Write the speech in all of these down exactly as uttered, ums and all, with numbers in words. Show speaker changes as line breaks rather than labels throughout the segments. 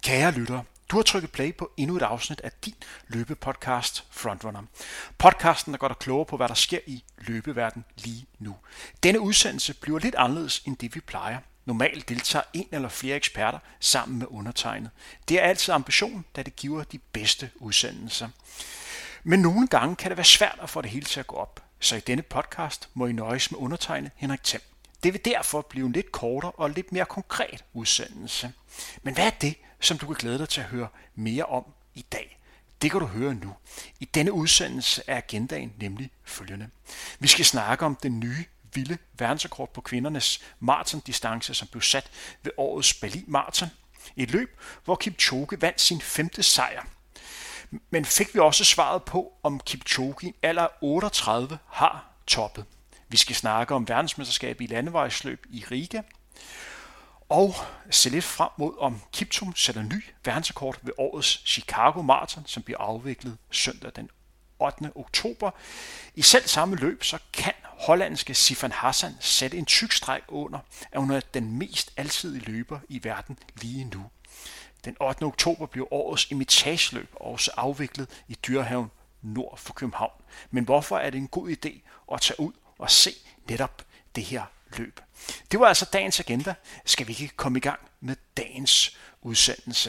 Kære lyttere, du har trykket play på endnu et afsnit af din løbepodcast Frontrunner. Podcasten, der gør dig klogere på, hvad der sker i løbeverden lige nu. Denne udsendelse bliver lidt anderledes end det, vi plejer. Normalt deltager en eller flere eksperter sammen med undertegnet. Det er altid ambitionen, da det giver de bedste udsendelser. Men nogle gange kan det være svært at få det hele til at gå op. Så i denne podcast må I nøjes med undertegnet Henrik Them. Det vil derfor blive en lidt kortere og lidt mere konkret udsendelse. Men hvad er det, som du kan glæde dig til at høre mere om i dag? Det kan du høre nu. I denne udsendelse er agendaen nemlig følgende. Vi skal snakke om den nye vilde verdensrekord på kvindernes maratondistance, som blev sat ved årets Berlin Marathon. Et løb, hvor Kipchoge vandt sin femte sejr. Men fik vi også svaret på, om Kipchoge i alder otteogtredive har toppet. Vi skal snakke om verdensmesterskab i landevejsløb i Riga, og se lidt frem mod, om Kiptum sætter ny verdensrekord ved årets Chicago Marathon, som bliver afviklet søndag den ottende oktober. I selv samme løb, så kan hollandske Sifan Hassan sætte en tyk streg under, at hun er den mest alsidige løber i verden lige nu. Den ottende oktober bliver årets imitageløb også afviklet i Dyrehaven nord for København. Men hvorfor er det en god idé at tage ud og se netop det her løb? Det var altså dagens agenda. Skal vi ikke komme i gang med dagens udsendelse?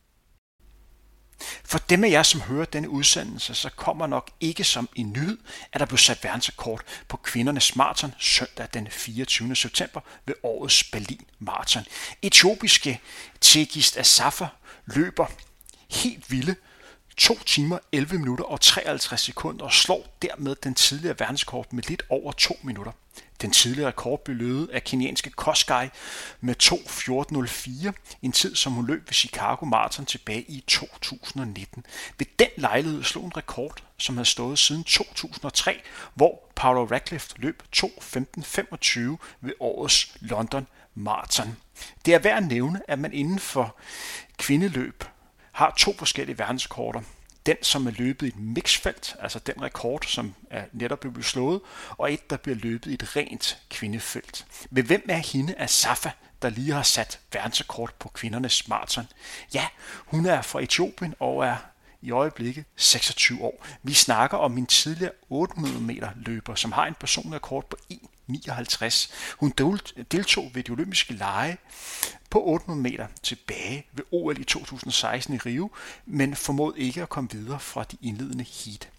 For dem af jer, som hører denne udsendelse, så kommer nok ikke som en nyhed, at der blev sat verdensrekord på kvindernes maraton søndag den fireogtyvende september ved årets Berlin Marathon. Etiopiske Tigist Assefa løber helt vilde to timer, elleve minutter og treoghalvtreds sekunder og slår dermed den tidligere verdensrekord med lidt over to minutter. Den tidligere rekord blev løbet af kenyanske Kosgei med to fjorten nul fire, en tid som hun løb ved Chicago Marathon tilbage i to tusind nitten. Ved den lejlighed slog en rekord, som havde stået siden to tusind og tre, hvor Paula Radcliffe løb to femten femogtyve ved årets London Marathon. Det er værd at nævne, at man inden for kvindeløb har to forskellige verdensrekorder. Den, som er løbet i et mixfelt, altså den rekord, som er netop blevet slået, og et, der bliver løbet i et rent kvindefelt. Men hvem er hende Assefa, der lige har sat verdensrekord på kvindernes maraton? Ja, hun er fra Etiopien og er i øjeblikket seksogtyve år. Vi snakker om en tidligere otte hundrede meter løber, som har en personlig rekord på en nioghalvtreds. Hun deltog ved de olympiske lege på otte hundrede meter tilbage ved O L i to tusind og seksten i Rio, men formåede ikke at komme videre fra de indledende heat.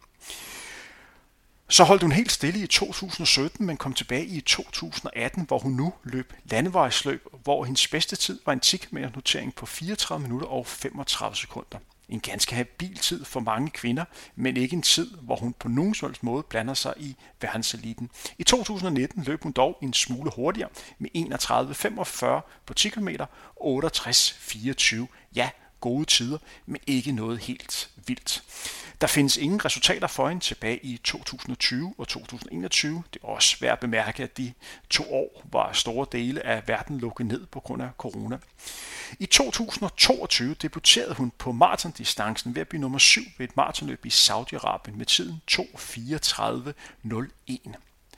Så holdt hun helt stille i to tusind og sytten, men kom tilbage i to tusind og atten, hvor hun nu løb landevejsløb, hvor hendes bedste tid var en ti kilometer notering på fireogtredive minutter og femogtredive sekunder. En ganske habil tid for mange kvinder, men ikke en tid, hvor hun på nogen som helst måde blander sig i verdenseliten. I to tusind og nitten løb hun dog en smule hurtigere med enogtredive femogfyrre på ti kilometer og otteogtres fireogtyve. Ja, gode tider, men ikke noget helt vildt. Der findes ingen resultater for hende tilbage i to tusind og tyve og to tusind og enogtyve. Det er også værd at bemærke, at de to år var store dele af verden lukket ned på grund af corona. I to tusind og toogtyve debuterede hun på maratondistancen ved at blive nummer syv ved et maratonløb i Saudi-Arabien med tiden to fireogtredive nul en.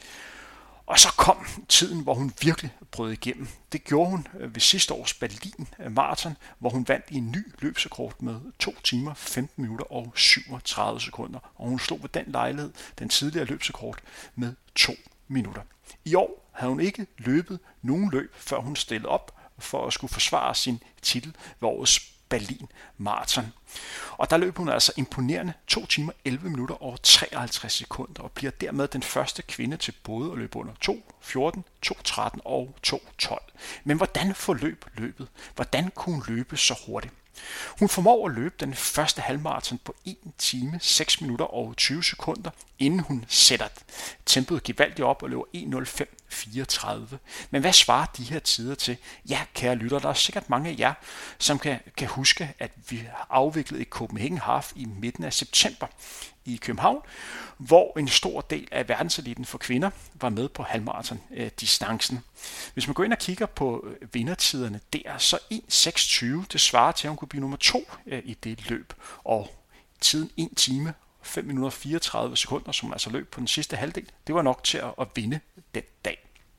Og så kom tiden, hvor hun virkelig brød igennem. Det gjorde hun ved sidste års Berlin Marathon, hvor hun vandt i en ny løbsrekord med to timer, femten minutter og syvogtredive sekunder. Og hun slog ved den lejlighed den tidligere løbsrekord med to minutter. I år havde hun ikke løbet nogen løb, før hun stillede op for at skulle forsvare sin titel ved årets Berlin Marathon. Og der løb hun altså imponerende to timer, elleve minutter og treoghalvtreds sekunder og bliver dermed den første kvinde til både at løbe under to fjorten, to tretten og to tolv. Men hvordan forløb løbet? Hvordan kunne hun løbe så hurtigt? Hun formår at løbe den første halvmarathon på en time, seks minutter og tyve sekunder, inden hun sætter tempoet gevaldigt op og løber en nul fem fireogtredive. Men hvad svarer de her tider til? Ja, kære lytter, der er sikkert mange af jer, som kan, kan huske, at vi afviklede i Copenhagen Half i midten af september i København, hvor en stor del af verdenseliten for kvinder var med på halvmarathon-distancen. Hvis man går ind og kigger på vindertiderne der, så en seks tyve, det svarer til, at hun kunne blive nummer to i det løb. Og tiden en time, fem minutter og fireogtredive sekunder, som altså løb på den sidste halvdel, det var nok til at vinde den dag.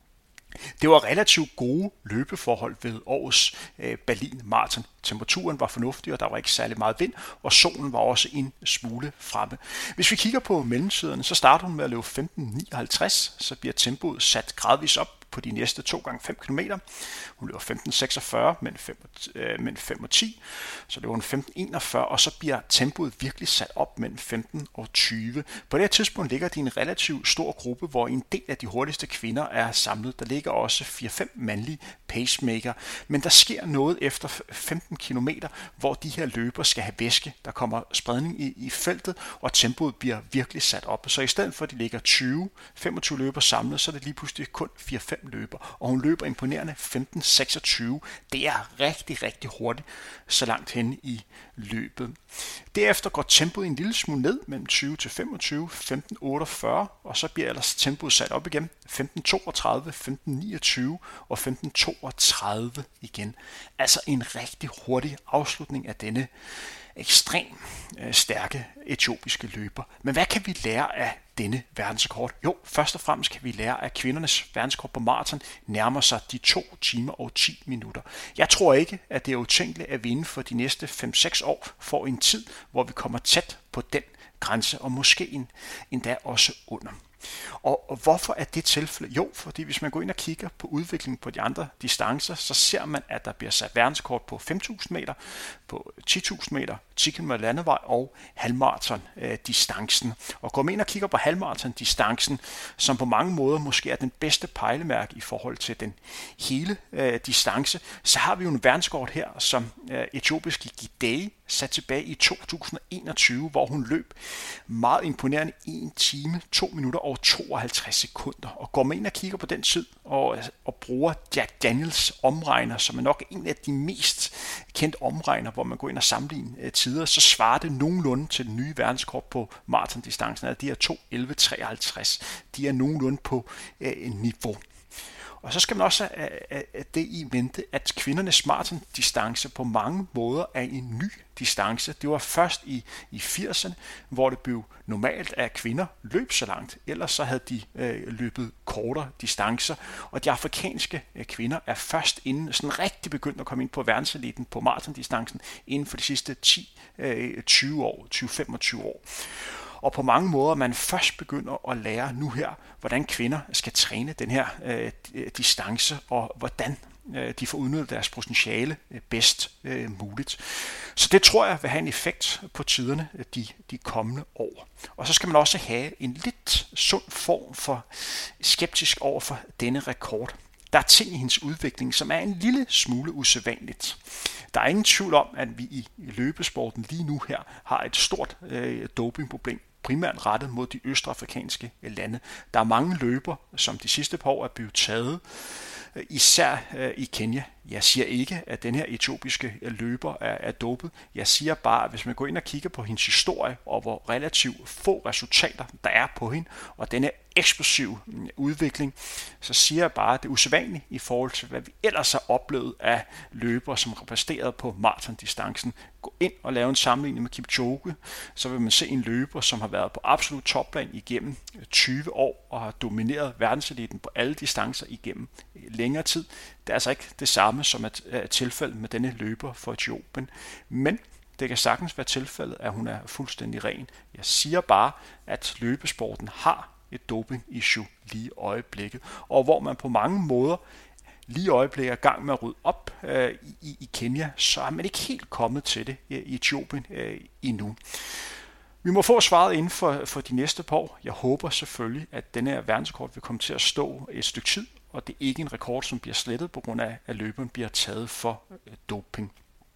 Det var relativt gode løbeforhold ved årets Berlin Marathon. Temperaturen var fornuftig, og der var ikke særlig meget vind, og solen var også en smule fremme. Hvis vi kigger på mellemtiderne, så starter hun med at løbe femten nioghalvtreds, så bliver tempoet sat gradvist op på de næste to gange fem kilometer. Hun løber femten seksogfyrre, men fem og ti, så løber hun femten enogfyrre, og så bliver tempoet virkelig sat op mellem femten og tyve. På det her tidspunkt ligger de en relativt stor gruppe, hvor en del af de hurtigste kvinder er samlet. Der ligger også fire fem mandlige pacemaker, men der sker noget efter femten kilometer, hvor de her løbere skal have væske. Der kommer spredning i, i feltet, og tempoet bliver virkelig sat op. Så i stedet for at de ligger tyve femogtyve løbere samlet, så er det lige pludselig kun fire fem løber, og hun løber imponerende femten seksogtyve. Det er rigtig, rigtig hurtigt, så langt hen i løbet. Derefter går tempoet en lille smule ned mellem tyve til femogtyve, femten otteogfyrre, og så bliver ellers tempoet sat op igen, femten toogtredive, femten niogtyve og femten toogtredive igen. Altså en rigtig hurtig afslutning af denne ekstremt øh, stærke etiopiske løber. Men hvad kan vi lære af denne verdensrekord? Jo, først og fremmest kan vi lære, at kvindernes verdensrekord på maraton nærmer sig de to timer og ti minutter. Jeg tror ikke, at det er utænkeligt, at vi inden for de næste fem seks år får en tid, hvor vi kommer tæt på den grænse, og måske en, endda også under. Og, og hvorfor er det tilfælde? Jo, fordi hvis man går ind og kigger på udviklingen på de andre distancer, så ser man, at der bliver sat verdenskort på fem tusind meter, på ti tusind meter, ti kilometer landevej og halvmarathon-distancen. Og går man ind og kigger på halvmarathon-distancen, som på mange måder måske er den bedste pejlemærke i forhold til den hele øh, distance, så har vi jo en verdenskort her, som øh, etiopiske Gidey sat tilbage i to tusind og enogtyve, hvor hun løb meget imponerende en time, to minutter og tooghalvtreds sekunder. Og går man ind og kigger på den tid og, og bruger Jack Daniels omregner, som er nok en af de mest kendte omregner, hvor man går ind og sammenligner tider, så svarer det nogenlunde til den nye verdenskort på maratondistancen. Altså de er to elleve treoghalvtreds. De er nogenlunde på øh, niveau. Og så skal man også have det i mente, at kvindernes maratondistance på mange måder er en ny distance. Det var først i, i firserne, hvor det blev normalt, at kvinder løb så langt. Ellers så havde de øh, løbet kortere distancer. Og de afrikanske øh, kvinder er først inden sådan rigtig begyndt at komme ind på verdenseliten på maratondistancen inden for de sidste ti til tyve år, tyve til femogtyve år. Og på mange måder man først begynder at lære nu her, hvordan kvinder skal træne den her øh, distance, og hvordan øh, de får udnyttet deres potentiale øh, bedst øh, muligt. Så det tror jeg vil have en effekt på tiderne de, de kommende år. Og så skal man også have en lidt sund form for skeptisk over for denne rekord. Der er ting i hendes udvikling, som er en lille smule usædvanligt. Der er ingen tvivl om, at vi i løbesporten lige nu her har et stort øh, dopingproblem, primært rettet mod de østafrikanske lande. Der er mange løber, som de sidste par år er blevet taget, især øh, i Kenya. Jeg siger ikke, at den her etiopiske løber er, er dopet. Jeg siger bare, at hvis man går ind og kigger på hendes historie, og hvor relativt få resultater der er på hende, og denne eksplosiv udvikling, så siger jeg bare, at det er usædvanligt i forhold til, hvad vi ellers har oplevet af løbere, som repræsenterede på maratondistancen. Gå ind og lave en sammenligning med Kipchoge, så vil man se en løber, som har været på absolut topplan igennem tyve år, og har domineret verdenseliten på alle distancer igennem længere tid. Det er altså ikke det samme som et tilfælde med denne løber for Etiopien, men det kan sagtens være tilfældet, at hun er fuldstændig ren. Jeg siger bare, at løbesporten har et doping-issue lige i øjeblikket, og hvor man på mange måder lige i øjeblikket er i gang med at rydde op øh, i, i Kenya, så er man ikke helt kommet til det i Etiopien øh, endnu. Vi må få svaret inden for, for de næste par år. Jeg håber selvfølgelig, at denne her verdensrekord vil komme til at stå et stykke tid, og det er ikke en rekord, som bliver slettet på grund af, at løberen bliver taget for øh, doping.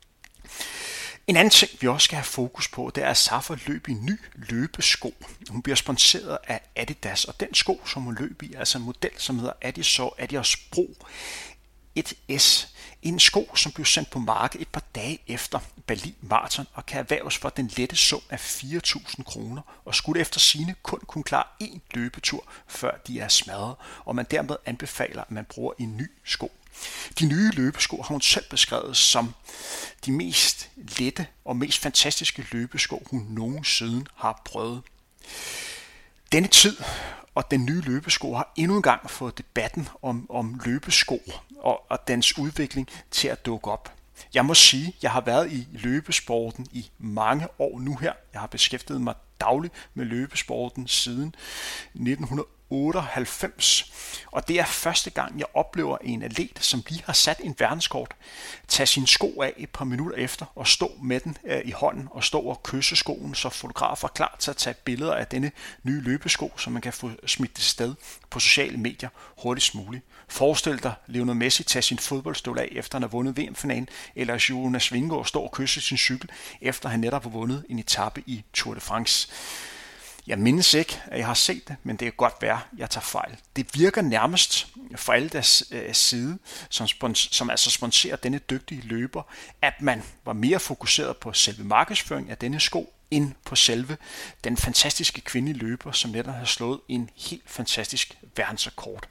En anden ting, vi også skal have fokus på, det er, at Safar løb i en ny løbesko. Hun bliver sponsoreret af Adidas, og den sko, som hun løb i, er altså en model, som hedder Adidas, Adidas Pro et S. En sko, som blev sendt på markedet et par dage efter Berlin Marathon, og kan erhverves for den lette sum af fire tusind kroner, og skulle efter sigende kun kunne klare én løbetur, før de er smadret, og man dermed anbefaler, at man bruger en ny sko. De nye løbesko har hun selv beskrevet som de mest lette og mest fantastiske løbesko, hun nogensinde har prøvet. Denne tid og den nye løbesko har endnu en gang fået debatten om, om løbesko og, og dens udvikling til at dukke op. Jeg må sige, at jeg har været i løbesporten i mange år nu her. Jeg har beskæftiget mig dagligt med løbesporten siden nitten otteoghalvfems, og det er første gang, jeg oplever en atlet, som lige har sat en verdenskort, tage sine sko af et par minutter efter og stå med den øh, i hånden og stå og kysse skoen, så fotografer er klar til at tage billeder af denne nye løbesko, så man kan få smidt det sted på sociale medier hurtigst muligt. Forestil dig Lionel Messi tage sin fodboldstøvle af, efter han har vundet V M-finalen, eller Jonas Vingegaard stå og kysse sin cykel, efter han netop har vundet en etape i Tour de France. Jeg mindes ikke, at jeg har set det, men det kan godt være, at jeg tager fejl. Det virker nærmest fra alle deres øh, side, som, spons- som altså sponsorerer denne dygtige løber, at man var mere fokuseret på selve markedsføringen af denne sko, end på selve den fantastiske kvindelige løber, som netop har slået en helt fantastisk verdensrekord.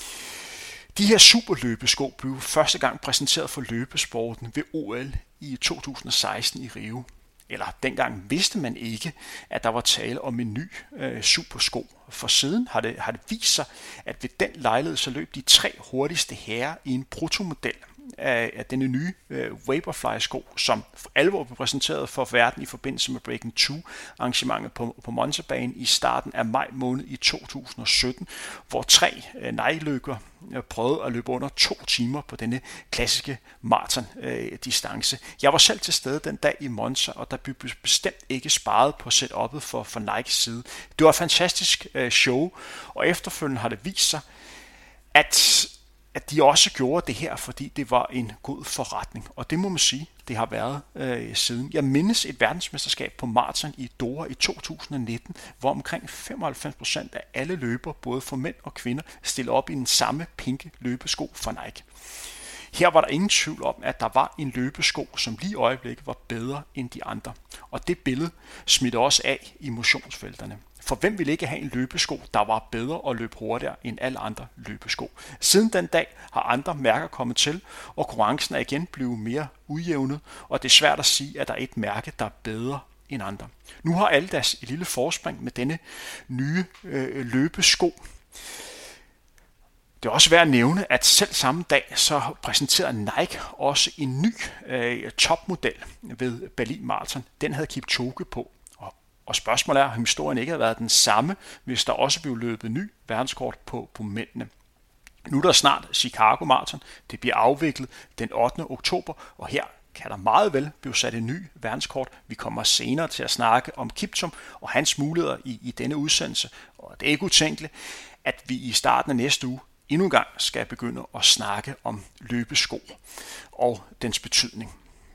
De her superløbesko blev første gang præsenteret for løbesporten ved O L i to tusind og seksten i Rio. Eller dengang vidste man ikke, at der var tale om en ny øh, supersko. For siden har det, har det vist sig, at ved den lejlighed så løb de tre hurtigste herrer i en protomodel af, af denne nye øh, Vaporfly-sko, som for alvor blev præsenteret for verden i forbindelse med Breaking to arrangementet på, på Monza-banen i starten af maj måned i to tusind og sytten, hvor tre øh, nejløbere øh, prøvede at løbe under to timer på denne klassiske maraton-distance. Øh, Jeg var selv til stede den dag i Monza, og der blev bestemt ikke sparet på setup'et for, for Nikes side. Det var et fantastisk øh, show, og efterfølgende har det vist sig, at at de også gjorde det her, fordi det var en god forretning. Og det må man sige, det har været øh, siden. Jeg mindes et verdensmesterskab på maraton i Doha i to tusind og nitten, hvor omkring femoghalvfems procent af alle løbere, både for mænd og kvinder, stillede op i den samme pinke løbesko fra Nike. Her var der ingen tvivl om, at der var en løbesko, som lige i øjeblikket var bedre end de andre. Og det billede smitter også af i motionsfelterne. For hvem ville ikke have en løbesko, der var bedre og løb hurtigere end alle andre løbesko? Siden den dag har andre mærker kommet til, og konkurrencen er igen blevet mere ujævnet, og det er svært at sige, at der er et mærke, der er bedre end andre. Nu har alle deres et lille forspring med denne nye øh, løbesko. Det er også værd at nævne, at selv samme dag så præsenterede Nike også en ny øh, topmodel ved Berlin Marathon. Den havde Kipchoge på. Og spørgsmålet er, om historien ikke havde været den samme, hvis der også blev løbet ny verdenskort på, på mændene. Nu er der snart Chicago Marathon. Det bliver afviklet den ottende oktober, og her kan der meget vel blive sat en ny verdenskort. Vi kommer senere til at snakke om Kiptum og hans muligheder i, i denne udsendelse. Og det er ikke utænkeligt, at vi i starten af næste uge endnu en gang skal begynde at snakke om løbesko og dens betydning.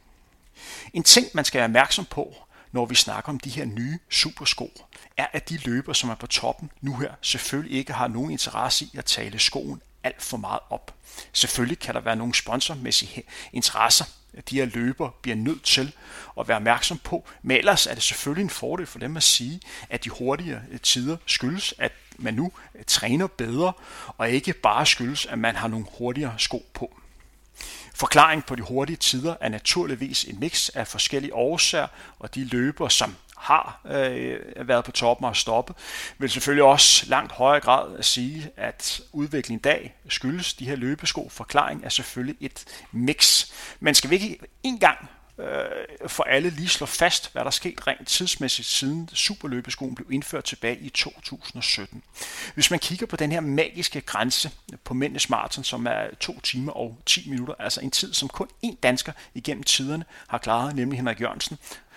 En ting, man skal være opmærksom på, når vi snakker om de her nye supersko, er, at de løbere, som er på toppen nu her, selvfølgelig ikke har nogen interesse i at tale skoen alt for meget op. Selvfølgelig kan der være nogle sponsormæssige interesser, at de her løbere bliver nødt til at være opmærksom på, men ellers er det selvfølgelig en fordel for dem at sige, at de hurtigere tider skyldes, at man nu træner bedre, og ikke bare skyldes, at man har nogle hurtigere sko på. Forklaringen på de hurtige tider er naturligvis en mix af forskellige årsager, og de løbere, som har øh, været på toppen og stoppet, vil selvfølgelig også langt højere grad at sige, at udviklingen i dag skyldes de her løbesko. Forklaringen er selvfølgelig et mix. Men skal vi ikke engang øh, for alle lige slå fast, hvad der er sket rent tidsmæssigt, siden superløbeskoen blev indført tilbage i to tusind og sytten. Hvis man kigger på den her magiske grænse på mændenes maraton, som er to timer og ti minutter, altså en tid, som kun én dansker igennem tiderne har klaret, nemlig Henrik Jørgensen,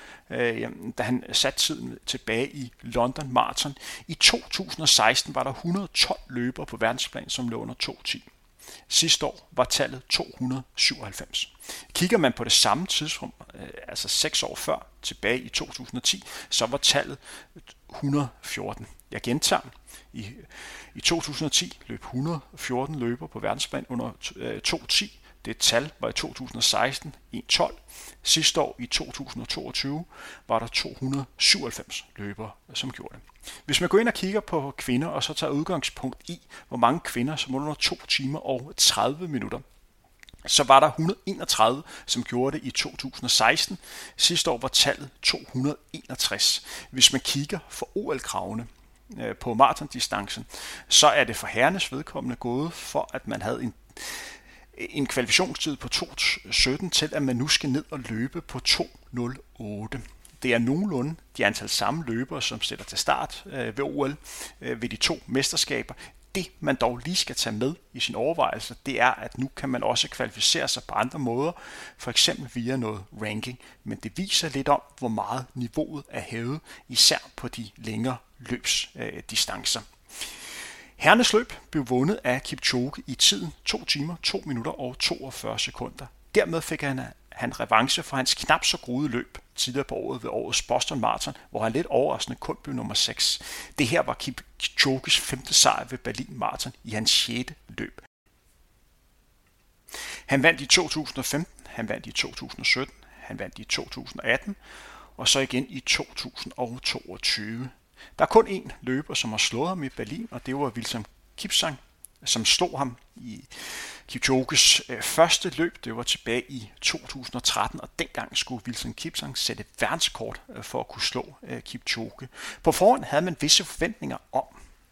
da han satte tiden tilbage i London Marathon. I to tusind og seksten var der et hundrede og tolv løbere på verdensplan, som lå under to ti. Sidste år var tallet to hundrede og syvoghalvfems. Kigger man på det samme tidsrum, altså seks år før, tilbage i to tusind og ti, så var tallet et hundrede og fjorten. Jeg gentager, i, i to tusind og ti løb et hundrede og fjorten løbere på verdensplan under to ti. Det tal var i to tusind og seksten et hundrede og tolv. Sidste år i to tusind og toogtyve var der to hundrede og syvoghalvfems løbere, som gjorde det. Hvis man går ind og kigger på kvinder, og så tager udgangspunkt i, hvor mange kvinder som under to timer og tredive minutter, så var der et hundrede og enogtredive, som gjorde det i to tusind og seksten. Sidste år var tallet to hundrede og enogtres. Hvis man kigger for O L-kravene, øh, på maratondistancen, så er det for herrenes vedkommende gået for, at man havde en en kvalifikationstid på to sytten til, at man nu skal ned og løbe på to nul otte. Det er nogenlunde de antal samme løbere, som stiller til start øh, ved O L øh, ved de to mesterskaber. Det, man dog lige skal tage med i sin overvejelse, det er, at nu kan man også kvalificere sig på andre måder, for eksempel via noget ranking. Men det viser lidt om, hvor meget niveauet er hævet, især på de længere løbsdistancer. Øh, Herrenes løb blev vundet af Kipchoge i tiden to timer, to minutter og toogfyrre sekunder. Dermed fik han, han revanche for hans knap så gode løb tidligere på året ved årets Boston Marathon, hvor han lidt overraskende kun blev nummer seks. Det her var Kipchoges femte sejr ved Berlin Marathon i hans sjette løb. Han vandt i to tusind og femten, han vandt i to tusind og sytten, han vandt i to tusind og atten og så igen i to tusind og toogtyve. Der er kun én løber, som har slået ham i Berlin, og det var Wilson Kipsang, som slog ham i Kipchoges øh, første løb. Det var tilbage i to tusind og tretten, og dengang skulle Wilson Kipsang sætte verdenskort øh, for at kunne slå øh, Kipchoge. På forhånd havde man visse forventninger om,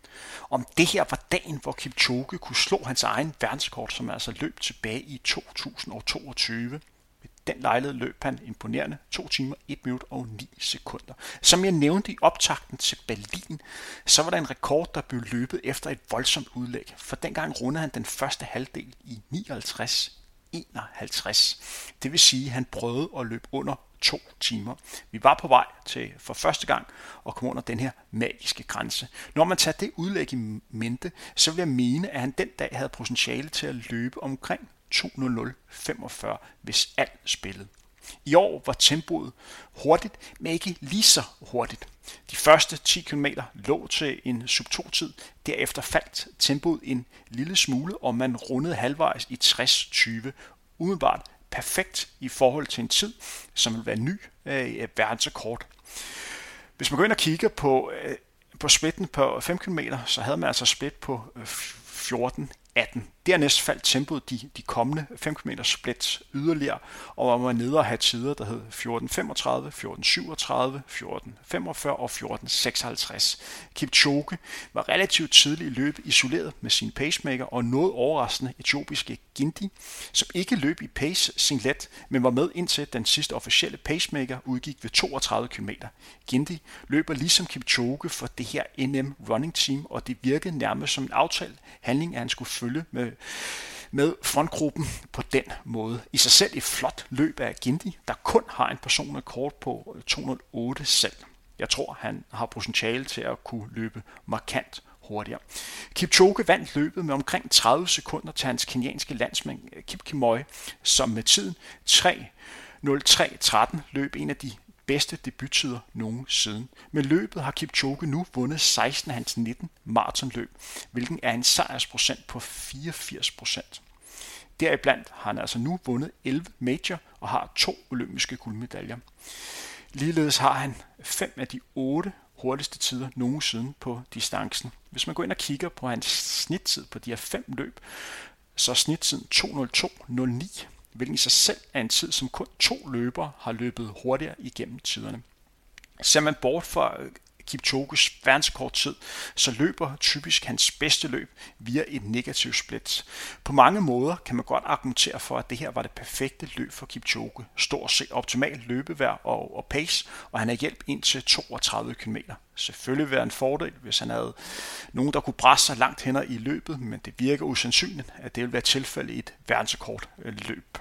om det her var dagen, hvor Kipchoge kunne slå hans egen verdenskort, som altså løb tilbage i to tusind og toogtyve. Den lejlighed løb han imponerende to timer, et minut og ni sekunder. Som jeg nævnte i optakten til Berlin, så var der en rekord, der blev løbet efter et voldsomt udlæg. For dengang rundede han den første halvdel i nioghalvtreds enoghalvtreds. Det vil sige, at han prøvede at løbe under to timer. Vi var på vej til for første gang at komme under den her magiske grænse. Når man tager det udlæg i mente, så vil jeg mene, at han den dag havde potentiale til at løbe omkring to nul nul femogfyrre, hvis alt spillede. I år var tempoet hurtigt, men ikke lige så hurtigt. De første ti kilometer lå til en sub to tid, derefter faldt tempoet en lille smule, og man rundede halvvejs i tres tyve. Umiddelbart perfekt i forhold til en tid, som vil være ny øh, verdensrekord. Hvis man går ind og kigger på, øh, på splitten på fem kilometer, så havde man altså split på øh, fjorten atten. Dernæst faldt tempoet de, de kommende fem kilometer split yderligere, og man var nede og have tider, der hed fjorten femogtredive, fjorten syvogtredive, fjorten femogfyrre og fjorten seksoghalvtreds. Kipchoge var relativt tidlig i løbet isoleret med sin pacemaker og noget overraskende etiopiske Gindi, som ikke løb i pace singlet, men var med indtil den sidste officielle pacemaker udgik ved toogtredive kilometer. Gindi løber ligesom Kipchoge for det her N M Running Team, og det virkede nærmest som en aftalt handling, at han skulle følge med, med frontgruppen på den måde. I sig selv et flot løb af Gindi, der kun har en personrekord på to nul otte selv. Jeg tror, han har potentiale til at kunne løbe markant hurtigere. Kipchoge vandt løbet med omkring tredive sekunder til hans kenyanske landsmand Kip Kimoy, som med tiden tre nul tre tretten løb en af de bedste debuttider nogensinde. Med løbet har Kipchoge nu vundet seksten af hans nitten maratonløb, hvilken er en sejrsprocent på fireogfirs procent. Deriblandt har han altså nu vundet elleve major og har to olympiske guldmedaljer. Ligeledes har han fem af de otte hurtigste tider nogensinde på distancen. Hvis man går ind og kigger på hans snittid på de her fem løb, så er snittiden to nul to nul ni, hvilken i sig selv er en tid, som kun to løbere har løbet hurtigere igennem tiderne. Ser man bort fra Kipchoges verdensrekordtid, så løber typisk hans bedste løb via et negativt split. På mange måder kan man godt argumentere for, at det her var det perfekte løb for Kipchoge. Stort set optimalt løbevejr og, og pace, og han har hjælp ind til toogtredive kilometer. Selvfølgelig ville det være en fordel, hvis han havde nogen, der kunne presse sig langt hen i løbet, men det virker usandsynligt, at det vil være tilfældet i et verdensrekordløb.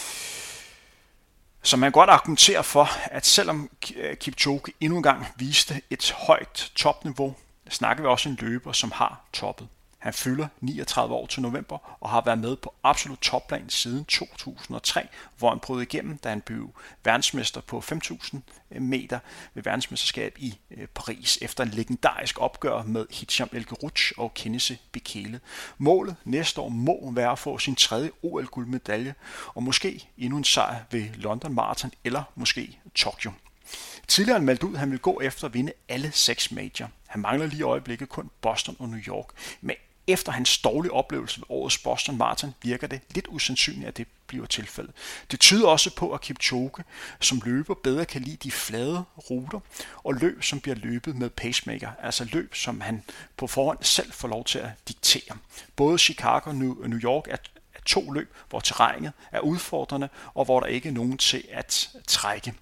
Så man kan godt argumentere for, at selvom Kipchoge endnu en gang viste et højt topniveau, snakker vi også en løber, som har toppet. Han fylder niogtredive år til november og har været med på absolut topplan siden to tusind og tre, hvor han brød igennem, da han blev verdensmester på fem tusind meter ved verdensmesterskab i Paris efter en legendarisk opgør med Hicham El Guerrouj og Kenenisa Bekele. Målet næste år må være at få sin tredje O L-guldmedalje og måske endnu en sejr ved London Marathon eller måske Tokyo. Tidligere han meldte ud, at han ville gå efter at vinde alle seks major. Han mangler lige i øjeblikket kun Boston og New York. Med efter hans dårlige oplevelse ved årets Boston Marathon virker det lidt usandsynligt, at det bliver tilfældet. Det tyder også på, at Kipchoge som løber bedre kan lide de flade ruter og løb, som bliver løbet med pacemaker, altså løb, som han på forhånd selv får lov til at diktere. Både Chicago og New York er to løb, hvor terrænet er udfordrende, og hvor der ikke er nogen til at trække.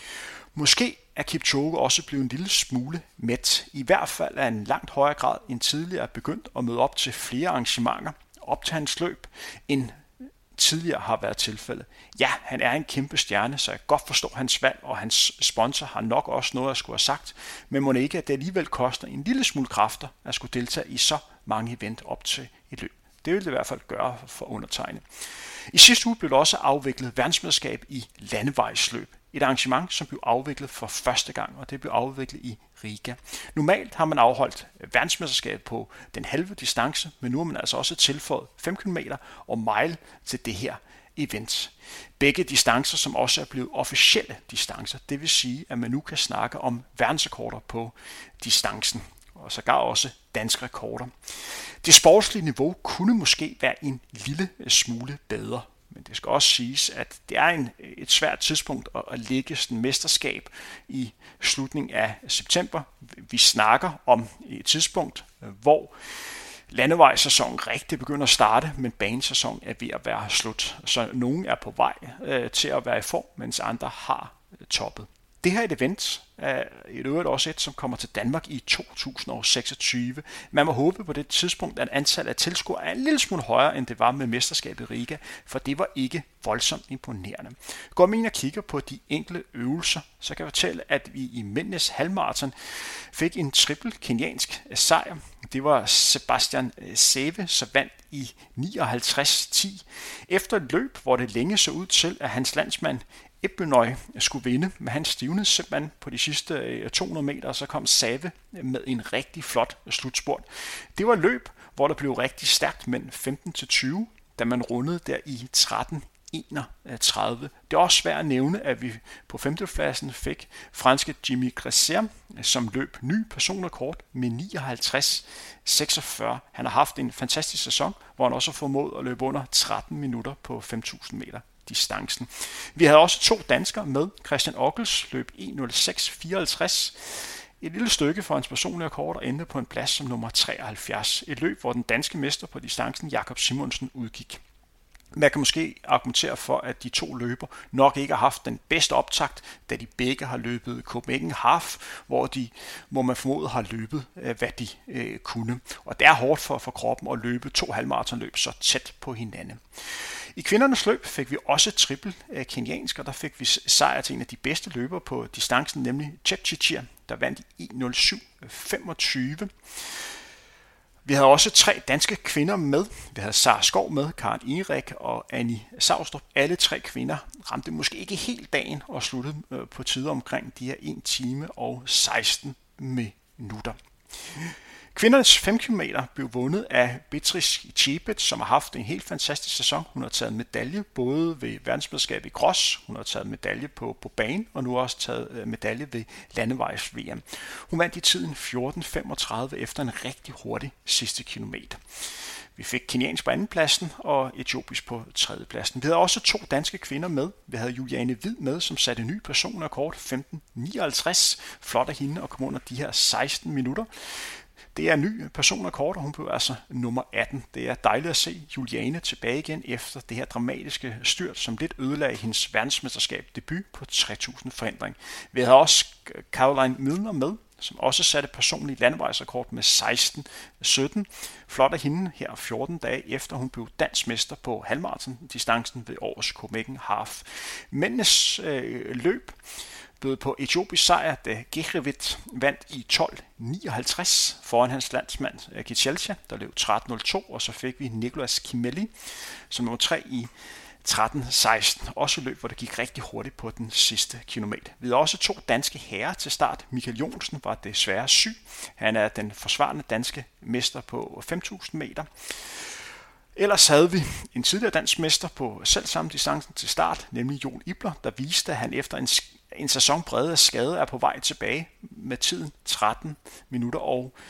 Måske er Kipchoge også blevet en lille smule mæt. I hvert fald er en langt højere grad end tidligere begyndt at møde op til flere arrangementer op til hans løb, end tidligere har været tilfældet. Ja, han er en kæmpe stjerne, så jeg kan godt forstå hans valg, og hans sponsor har nok også noget at skulle have sagt, men må ikke, at det alligevel koster en lille smule kræfter at skulle deltage i så mange event op til et løb. Det vil det i hvert fald gøre for undertegnet. I sidste uge blev der også afviklet verdensmesterskab i landevejsløb. Et arrangement, som blev afviklet for første gang, og det blev afviklet i Riga. Normalt har man afholdt verdensmesterskab på den halve distance, men nu har man altså også tilføjet fem kilometer og mile til det her event. Begge distancer, som også er blevet officielle distancer, det vil sige, at man nu kan snakke om verdensrekorder på distancen, og sågar også danske rekorder. Det sportslige niveau kunne måske være en lille smule bedre, men det skal også siges, at det er en, et svært tidspunkt at, at lægge sådan et mesterskab i slutningen af september. Vi snakker om et tidspunkt, hvor landevejssæsonen rigtig begynder at starte, men banesæsonen er ved at være slut. Så nogen er på vej øh, til at være i form, mens andre har toppet. Det her er et event, er et øvrigt også et, som kommer til Danmark i to tusind seksogtyve. Man må håbe på det tidspunkt, at antallet af tilskuere er en lille smule højere, end det var med mesterskabet i Riga, for det var ikke voldsomt imponerende. Går man ind og kigger på de enkelte øvelser, så kan jeg fortælle, at vi i mændenes halvmarathon fik en triple keniansk sejr. Det var Sebastian Seve, som vandt i nioghalvtreds ti. Efter et løb, hvor det længe så ud til, at hans landsmand Ebenøj skulle vinde, men han stivnede simpelthen på de sidste to hundrede meter, og så kom Save med en rigtig flot slutspurt. Det var et løb, hvor der blev rigtig stærkt mellem femten til tyve, da man rundede der i tretten enogtredive. Det er også svært at nævne, at vi på femtepladsen fik franske Jimmy Gressier, som løb ny personrekord med nioghalvtreds seksogfyrre. Han har haft en fantastisk sæson, hvor han også har formået at løbe under tretten minutter på fem tusind meter. Distancen. Vi havde også to danskere med. Christian Ockels løb en nul seks fireoghalvtreds. Et lille stykke for hans personlige rekord og endte på en plads som nummer treoghalvfjerds. Et løb, hvor den danske mester på distancen, Jakob Simonsen, udgik. Man kan måske argumentere for, at de to løber nok ikke har haft den bedste optakt, da de begge har løbet Copenhagen Half, hvor de, hvor man formodet har løbet, hvad de øh, kunne. Og det er hårdt for, for kroppen at løbe to halvmaratonløb så tæt på hinanden. I kvindernes løb fik vi også triple keniansk, og der fik vi sejr til en af de bedste løbere på distancen, nemlig Chepchirchir, der vandt i en nul syv femogtyve. Vi havde også tre danske kvinder med. Vi havde Sara Skov med, Karen Erik og Annie Saustrup. Alle tre kvinder ramte måske ikke helt dagen og sluttede på tider omkring de her en time og seksten minutter. Kvindernes fem kilometer blev vundet af Beatrice Chebet, som har haft en helt fantastisk sæson. Hun har taget medalje både ved verdensmesterskabet i cross, hun har taget medalje på, på bane, og nu også taget medalje ved landevejs-V M. Hun vandt i tiden fjorten femogtredive efter en rigtig hurtig sidste kilometer. Vi fik keniansk på andenpladsen og etiopisk på tredjepladsen. Vi havde også to danske kvinder med. Vi havde Juliane Hvid med, som satte ny personrekord femten nioghalvtreds. Flot af hende at komme under de her seksten minutter. Det er en ny personrekord, og hun blev altså nummer atten. Det er dejligt at se Juliane tilbage igen efter det her dramatiske styrt, som lidt ødelagde hendes verdensmesterskab debut på tre tusind forhindring. Vi havde også Caroline Midler med, som også satte personlig landevejsrekord med seksten sytten. Flot af hende her fjorten dage efter hun blev dansmester på halvmaraton-distancen ved årets Copenhagen Half. Mændenes øh, løb bød på etiopisk sejr, da Gehrevit vandt i tolv nioghalvtreds foran hans landsmand Kichelcha, der løb tretten nul to, og så fik vi Nicolas Kimeli som nummer tre i tretten seksten. Også løb, hvor det gik rigtig hurtigt på den sidste kilometer. Vi havde også to danske herrer til start. Michael Jonsen var desværre syg. Han er den forsvarende danske mester på fem tusind meter. Ellers havde vi en tidligere dansk mester på selv samme distancen til start, nemlig Jon Ibler, der viste, at han efter en, en sæson præget af skade er på vej tilbage med tiden tretten minutter og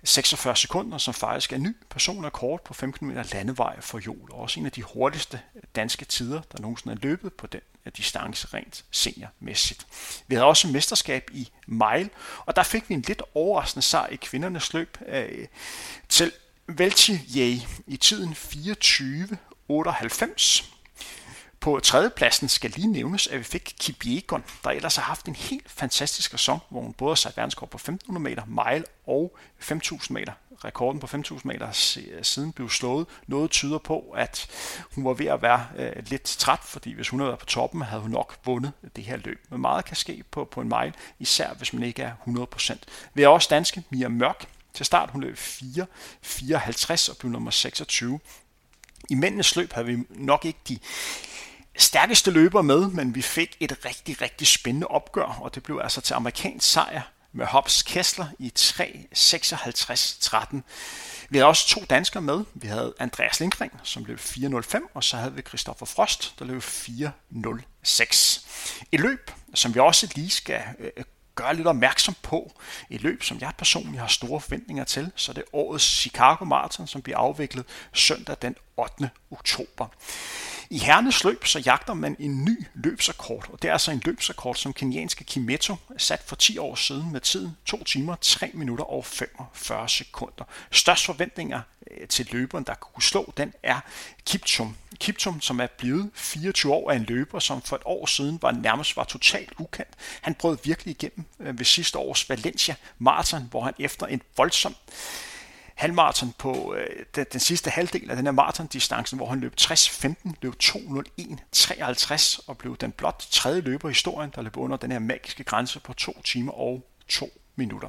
seksogfyrre sekunder, som faktisk er ny personrekord på fem kilometer landevej for Joel. Også en af de hurtigste danske tider, der nogensinde er løbet på den distance rent seniormæssigt. Vi havde også mesterskab i mile, og der fik vi en lidt overraskende sejr i kvindernes løb øh, til Veltijej i tiden fireogtyve otteoghalvfems. På tredjepladsen skal lige nævnes, at vi fik Kipiegon, der ellers har haft en helt fantastisk sæson, hvor hun både har sat verdenskort på femten hundrede meter mile og fem tusind meter. Rekorden på fem tusind meter siden blev slået. Noget tyder på, at hun var ved at være øh, lidt træt, fordi hvis hun havde været på toppen, havde hun nok vundet det her løb. Men meget kan ske på, på en mile, især hvis man ikke er hundrede procent. Vi har også danske Mia Mørk til start. Hun løb fire fireoghalvtreds og blev nummer seksogtyve. I mændenes løb havde vi nok ikke de stærkeste løber med, men vi fik et rigtig, rigtig spændende opgør, og det blev altså til amerikansk sejr med Hobbs Kessler i tre seksoghalvtreds tretten. Vi havde også to danskere med. Vi havde Andreas Lindgren, som løb fire nul fem, og så havde vi Christoffer Frost, der løb fire nul seks. Et løb, som vi også lige skal øh, gøre lidt opmærksom på. Et løb, som jeg personligt har store forventninger til, så det er årets Chicago Marathon, som bliver afviklet søndag den ottende oktober. I herrenes løb så jagter man en ny løbsrekord, og det er altså en løbsrekord, som kenyanske Kimeto sat for ti år siden med tiden to timer, tre minutter og femogfyrre sekunder. Størst forventninger til løberen, der kunne slå den, er Kiptum. Kiptum, som er blevet fireogtyve år, af en løber, som for et år siden var nærmest var totalt ukendt. Han brød virkelig igennem ved sidste års Valencia Marathon, hvor han efter en voldsom halvmarathon på øh, den, den sidste halvdel af den her maratondistancen, hvor han løb tres femten, løb to nul en treoghalvtreds og blev den blot tredje løber i historien, der løb under den her magiske grænse på to timer og to minutter.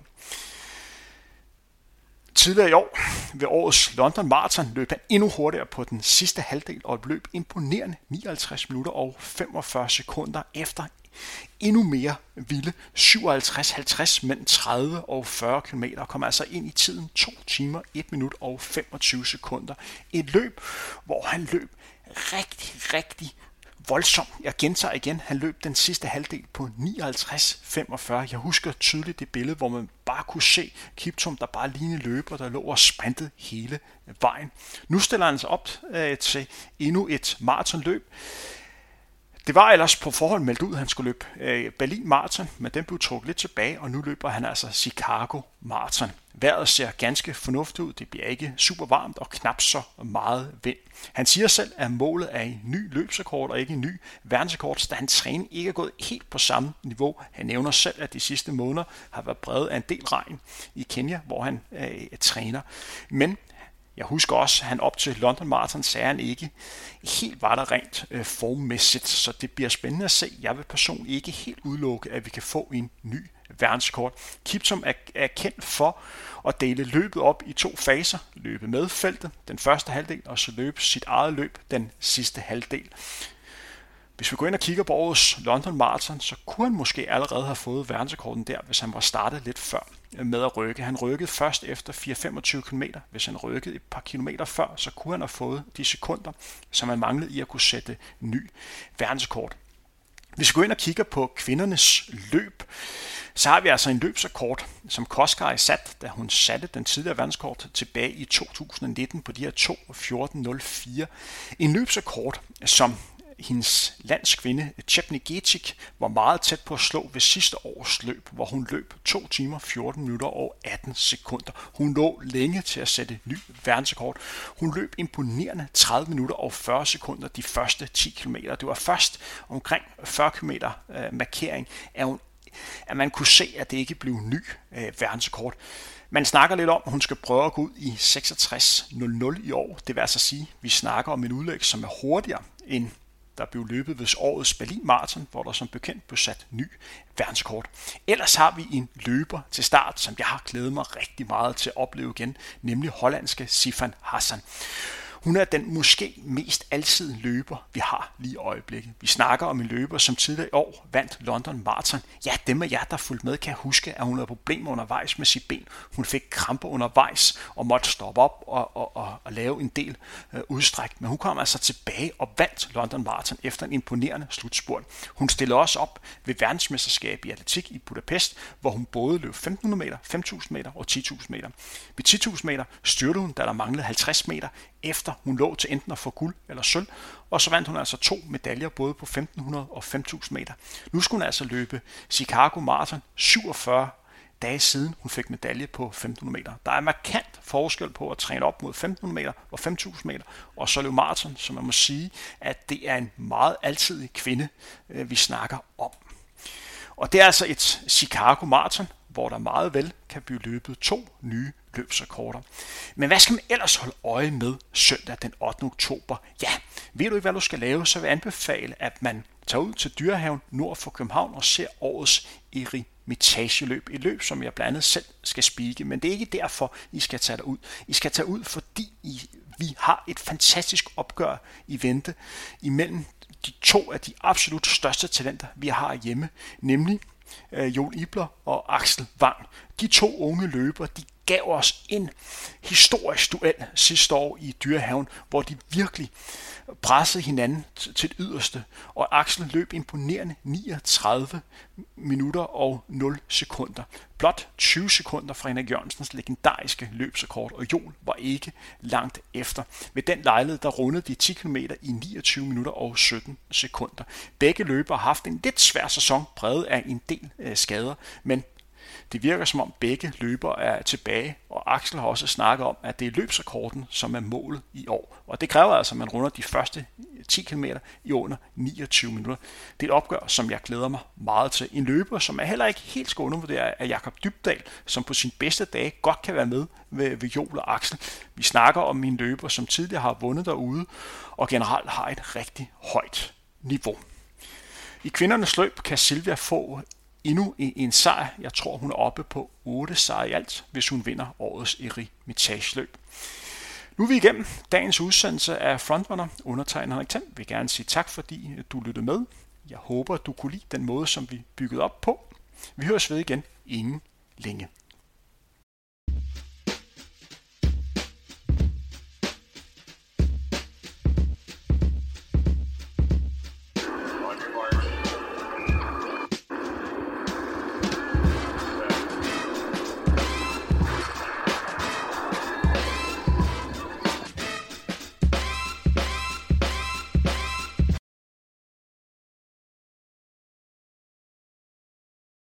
Tidligere i år, ved årets London Marathon, løb han endnu hurtigere på den sidste halvdel og løb imponerende nioghalvtreds minutter og femogfyrre sekunder efter endnu mere vilde syvoghalvtreds halvtreds mellem tredive og fyrre kilometer, og kom altså ind i tiden to timer, et minut og femogtyve sekunder. Et løb, hvor han løb rigtig, rigtig voldsomt. Jeg gentager igen, han løb den sidste halvdel på nioghalvtreds femogfyrre. Jeg husker tydeligt det billede, hvor man bare kunne se Kiptum, der bare lignede løber, der lå og sprintede hele vejen. Nu stiller han sig op øh, til endnu et maratonløb. Det var ellers på forhånd meldt ud, at han skulle løbe øh, Berlin Marathon, men den blev trukket lidt tilbage, og nu løber han altså Chicago Marathon. Vejret ser ganske fornuftigt ud, det bliver ikke super varmt og knap så meget vind. Han siger selv, at målet er en ny løbsrekord og ikke en ny verdensrekord, da han træning ikke er gået helt på samme niveau. Han nævner selv, at de sidste måneder har været præget af en del regn i Kenya, hvor han øh, træner. Men jeg husker også, at han op til London Marathon sagde han ikke helt var der rent øh, formmæssigt, så det bliver spændende at se. Jeg vil personligt ikke helt udelukke, at vi kan få en ny verdensrekord. Kiptum er, er kendt for at dele løbet op i to faser. Løbe med feltet, den første halvdel, og så løbe sit eget løb, den sidste halvdel. Hvis vi går ind og kigger på årets London Marathon, så kunne han måske allerede have fået verdensrekorden der, hvis han var startet lidt før med at rykke. Han rykkede først efter fire femogtyve kilometer. Hvis han rykkede et par kilometer før, så kunne han have fået de sekunder, som han manglede i at kunne sætte ny verdensrekord. Hvis vi går ind og kigger på kvindernes løb, så har vi altså en løbsrekord, som Koskari satte, da hun satte den tidligere verdensrekord tilbage i to tusind nitten på de her to fjorten nul fire. En løbsrekord, som hendes landskvinde Chepngetich var meget tæt på at slå ved sidste års løb, hvor hun løb to timer, fjorten minutter og atten sekunder. Hun lå længe til at sætte ny verdensrekord. Hun løb imponerende tredive minutter og fyrre sekunder de første ti kilometer. Det var først omkring fyrre kilometer øh, markering, at, hun, at man kunne se, at det ikke blev ny øh, verdensrekord. Man snakker lidt om, at hun skal prøve at gå ud i seksogtres nul nul i år. Det vil altså sige, at vi snakker om en udlæg, som er hurtigere end der blev løbet ved årets Berlin Marathon, hvor der som bekendt blev sat ny verdensrekord. Ellers har vi en løber til start, som jeg har glædet mig rigtig meget til at opleve igen, nemlig hollandske Sifan Hassan. Hun er den måske mest alsidige løber, vi har lige i øjeblikket. Vi snakker om en løber, som tidligere i år vandt London Marathon. Ja, dem af jer, der fulgte med, kan huske, at hun havde problemer undervejs med sit ben. Hun fik kramper undervejs og måtte stoppe op og, og, og, og lave en del øh, udstræk. Men hun kom altså tilbage og vandt London Marathon efter en imponerende slutspurt. Hun stillede også op ved verdensmesterskab i atletik i Budapest, hvor hun både løb femten hundrede meter, fem tusind meter og ti tusind meter. Ved ti tusind meter styrtede hun, da der manglede halvtreds meter, efter hun lå til enten at få guld eller sølv, og så vandt hun altså to medaljer både på femten hundrede og fem tusind meter. Nu skulle hun altså løbe Chicago Marathon syvogfyrre dage siden hun fik medalje på femten hundrede meter. Der er markant forskel på at træne op mod femten hundrede meter og fem tusind meter, og så løbe maraton, så man må sige, at det er en meget altidig kvinde, vi snakker om. Og det er altså et Chicago Marathon, hvor der meget vel kan blive løbet to nye løbsrekorder. Men hvad skal man ellers holde øje med søndag den ottende oktober? Ja, ved du ikke, hvad du skal lave, så vil jeg anbefale, at man tager ud til Dyrehaven nord for København og ser årets Eremitageløb. Et løb, som jeg blandt andet selv skal speake, men det er ikke derfor, I skal tage derud. I skal tage ud, fordi I, vi har et fantastisk opgør i vente imellem de to af de absolut største talenter, vi har hjemme, nemlig øh, Jon Ibler og Axel Wang. De to unge løbere, de gav os en historisk duel sidste år i Dyrehaven, hvor de virkelig pressede hinanden til det yderste, og Axel løb imponerende niogtredive minutter og nul sekunder. Blot tyve sekunder fra Henrik Jørgensens legendariske løbsrekord, og Jon var ikke langt efter. Ved den lejlighed, der rundede de ti kilometer i niogtyve minutter og sytten sekunder. Begge løbere har haft en lidt svær sæson, præget af en del øh, skader, men det virker som om begge løbere er tilbage, og Axel har også snakket om, at det er løbsrekorden, som er målet i år. Og det kræver altså, at man runder de første ti kilometer i under niogtyve minutter. Det er et opgør, som jeg glæder mig meget til. En løber, som er heller ikke helt skal undervurdere, er Jakob Dybdahl, som på sin bedste dage godt kan være med ved, ved Joel og Axel. Vi snakker om en løber, som tidligere har vundet derude, og generelt har et rigtig højt niveau. I kvindernes løb kan Silvia få endnu en sejr. Jeg tror, hun er oppe på otte sejre i alt, hvis hun vinder årets Eremitageløb. Nu er vi igennem dagens udsendelse af Frontrunner. Undertegnet Henrik Thiem vil gerne sige tak, fordi du lyttede med. Jeg håber, du kunne lide den måde, som vi byggede op på. Vi høres ved igen inden længe.